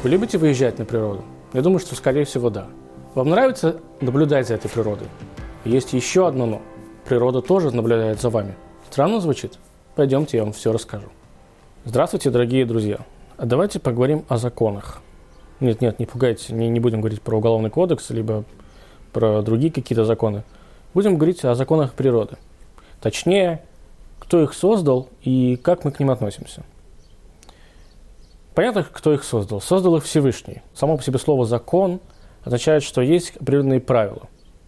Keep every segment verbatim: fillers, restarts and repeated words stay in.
Вы любите выезжать на природу? Я думаю, что, скорее всего, да. Вам нравится наблюдать за этой природой? Есть еще одно «но». Природа тоже наблюдает за вами. Странно звучит? Пойдемте, я вам все расскажу. Здравствуйте, дорогие друзья. А давайте поговорим о законах. Нет, нет, не пугайте, не, не будем говорить про уголовный кодекс, либо про другие какие-то законы. Будем говорить о законах природы. Точнее, кто их создал и как мы к ним относимся. Понятно, кто их создал. Создал их Всевышний. Само по себе слово «закон» означает, что есть определенные правила.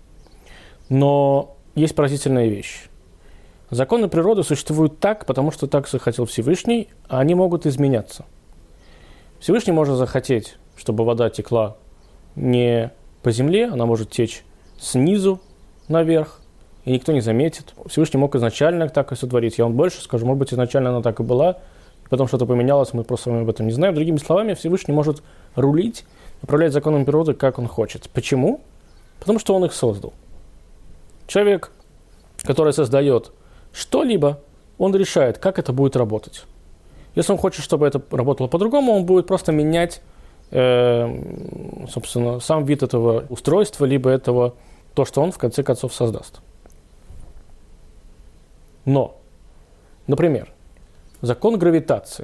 Но есть поразительная вещь. Законы природы существуют так, потому что так захотел Всевышний, а они могут изменяться. Всевышний может захотеть, чтобы вода текла не по земле, она может течь снизу наверх, и никто не заметит. Всевышний мог изначально так и сотворить. Я вам больше скажу, может быть, изначально она так и была, и потом что-то поменялось, мы просто с вами об этом не знаем. Другими словами, Всевышний может рулить, управлять законами природы, как он хочет. Почему? Потому что он их создал. Человек, который создает что-либо, он решает, как это будет работать. Если он хочет, чтобы это работало по-другому, он будет просто менять, э, собственно, сам вид этого устройства, либо этого, то, что он в конце концов создаст. Но, например, закон гравитации.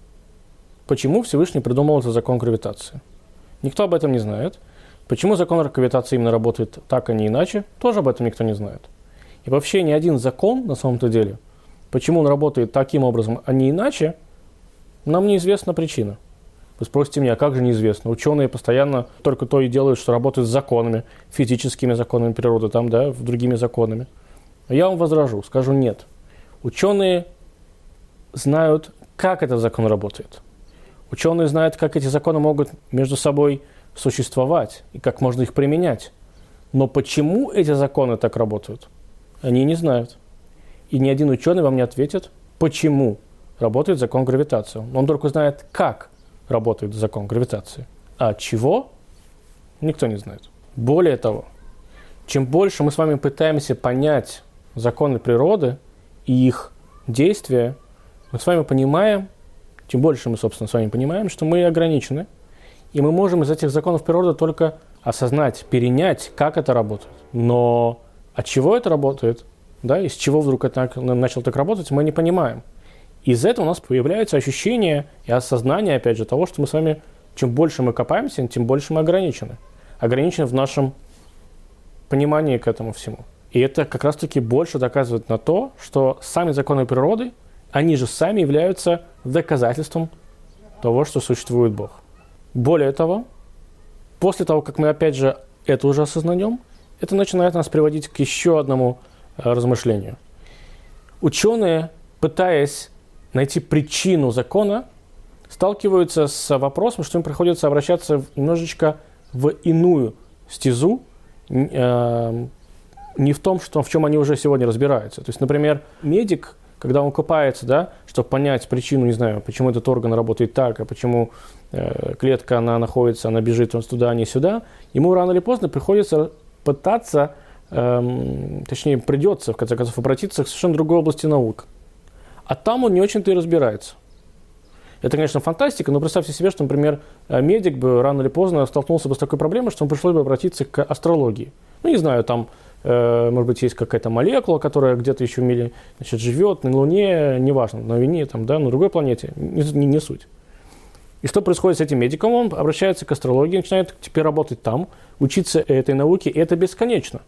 Почему Всевышний придумал этот закон гравитации? Никто об этом не знает. Почему закон гравитации именно работает так, а не иначе, тоже об этом никто не знает. И вообще ни один закон, на самом-то деле, почему он работает таким образом, а не иначе, нам неизвестна причина. Вы спросите меня, а как же неизвестно? Ученые постоянно только то и делают, что работают с законами, физическими законами природы, там, да, другими законами. А я вам возражу, скажу нет. Ученые знают, как этот закон работает. Ученые знают, как эти законы могут между собой существовать и как можно их применять. Но почему эти законы так работают, они не знают. И ни один ученый вам не ответит, почему работает закон гравитации. Он только знает, как работает закон гравитации. А от чего, никто не знает. Более того, чем больше мы с вами пытаемся понять законы природы и их действия, мы с вами понимаем, тем больше мы, собственно, с вами понимаем, что мы ограничены. И мы можем из этих законов природы только осознать, перенять, как это работает. Но от чего это работает, да, из чего вдруг это начало так работать, мы не понимаем. Из этого у нас появляется ощущение и осознание, опять же, того, что мы с вами, чем больше мы копаемся, тем больше мы ограничены. Ограничены в нашем понимании к этому всему. И это как раз-таки больше доказывает на то, что сами законы природы, они же сами являются доказательством того, что существует Бог. Более того, после того, как мы, опять же, это уже осознаем, это начинает нас приводить к еще одному э, размышлению. Ученые, пытаясь найти причину закона, сталкиваются с вопросом, что им приходится обращаться немножечко в иную стезу, э, не в том, что, в чем они уже сегодня разбираются. То есть, например, медик, когда он копается, да, чтобы понять причину, не знаю, почему этот орган работает так, а почему э, клетка, она находится, она бежит он туда, а не сюда, ему рано или поздно приходится пытаться, э, точнее, придется, в конце концов, обратиться к совершенно другой области наук. А там он не очень-то и разбирается. Это, конечно, фантастика, но представьте себе, что, например, медик бы рано или поздно столкнулся бы с такой проблемой, что ему пришлось бы обратиться к астрологии. Ну, не знаю, там, э, может быть, есть какая-то молекула, которая где-то еще в мире, значит, живет, на Луне, неважно, на Вене, там, да, на другой планете, не, не, не суть. И что происходит с этим медиком? Он обращается к астрологии, начинает теперь работать там, учиться этой науке, и это бесконечно.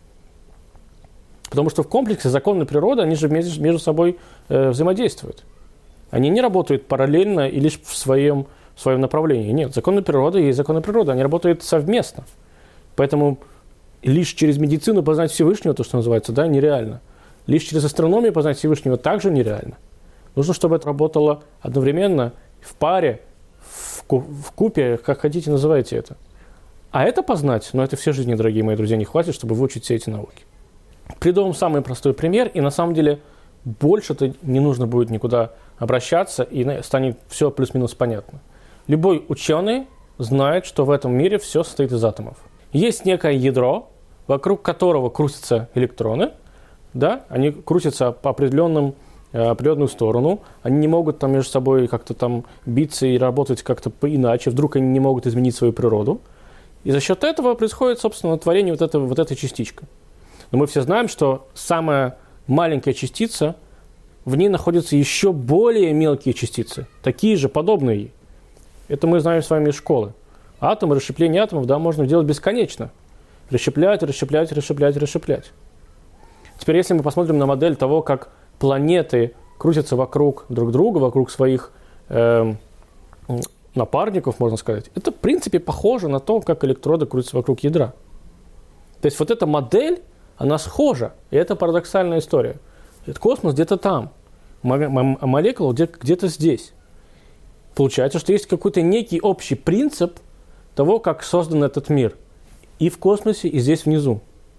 Потому что в комплексе законы природы, они же между, между собой э, взаимодействуют. Они не работают параллельно и лишь в своем, в своем направлении. Нет, законы природы есть законы природы, они работают совместно. Поэтому лишь через медицину познать Всевышнего, то, что называется, да, нереально. Лишь через астрономию познать Всевышнего также нереально. Нужно, чтобы это работало одновременно, в паре, в, в купе, как хотите называйте это. А это познать, но это все жизни, дорогие мои друзья, не хватит, чтобы выучить все эти науки. Приду вам самый простой пример, и на самом деле больше-то не нужно будет никуда обращаться, и станет все плюс-минус понятно. Любой ученый знает, что в этом мире все состоит из атомов. Есть некое ядро, вокруг которого крутятся электроны, да, они крутятся по определенным определенную сторону, они не могут там между собой как-то там биться и работать как-то иначе, вдруг они не могут изменить свою природу. И за счет этого происходит, собственно, творение вот, этого, вот этой частички. Но мы все знаем, что самая маленькая частица, в ней находятся еще более мелкие частицы, такие же, подобные ей. Это мы знаем с вами из школы. Атомы, расщепление атомов, да, можно делать бесконечно. Расщеплять, расщеплять, расщеплять, расщеплять. Теперь, если мы посмотрим на модель того, как планеты крутятся вокруг друг друга, вокруг своих э, напарников, можно сказать, это, в принципе, похоже на то, как электроды крутятся вокруг ядра. То есть вот эта модель, она схожа, и это парадоксальная история. Этот космос где-то там, а молекула где-то здесь. Получается, что есть какой-то некий общий принцип того, как создан этот мир. И в космосе, и здесь внизу.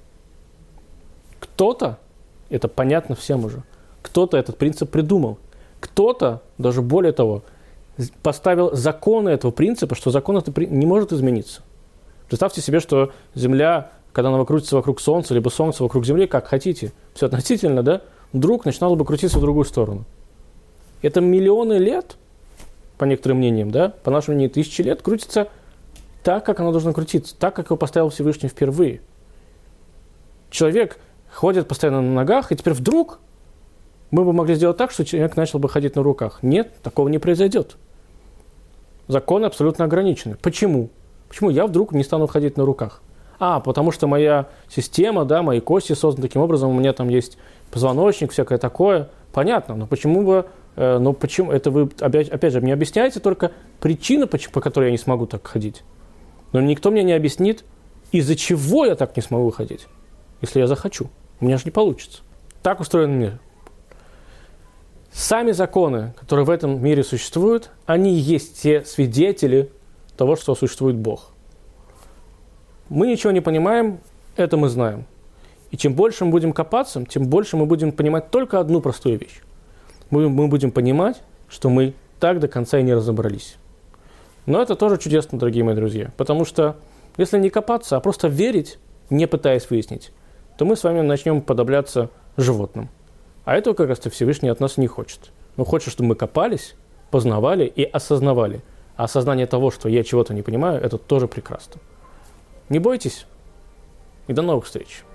Кто-то, это понятно всем уже, кто-то этот принцип придумал. Кто-то, даже более того, поставил законы этого принципа, что закон это не может измениться. Представьте себе, что Земля, когда она крутится вокруг Солнца, либо Солнце вокруг Земли, как хотите, все относительно, да, вдруг начинало бы крутиться в другую сторону. Это миллионы лет, по некоторым мнениям, да, по нашему мнению, тысячи лет, крутится так, как оно должно крутиться, так, как его поставил Всевышний впервые. Человек ходит постоянно на ногах, и теперь вдруг мы бы могли сделать так, что человек начал бы ходить на руках. Нет, такого не произойдет. Законы абсолютно ограничены. Почему? Почему я вдруг не стану ходить на руках? А, потому что моя система, да, мои кости созданы таким образом, у меня там есть позвоночник, всякое такое. Понятно, но почему бы, э, но почему, это вы, опять, опять же, мне объясняете только причину, по, по которой я не смогу так ходить. Но никто мне не объяснит, из-за чего я так не смогу ходить, если я захочу. У меня же не получится. Так устроен мир. Сами законы, которые в этом мире существуют, они и есть те свидетели того, что существует Бог. Мы ничего не понимаем, это мы знаем. И чем больше мы будем копаться, тем больше мы будем понимать только одну простую вещь. Мы, мы будем понимать, что мы так до конца и не разобрались. Но это тоже чудесно, дорогие мои друзья. Потому что если не копаться, а просто верить, не пытаясь выяснить, то мы с вами начнем подобляться животным. А этого как раз-то Всевышний от нас не хочет. Он хочет, чтобы мы копались, познавали и осознавали. А осознание того, что я чего-то не понимаю, это тоже прекрасно. Не бойтесь и до новых встреч.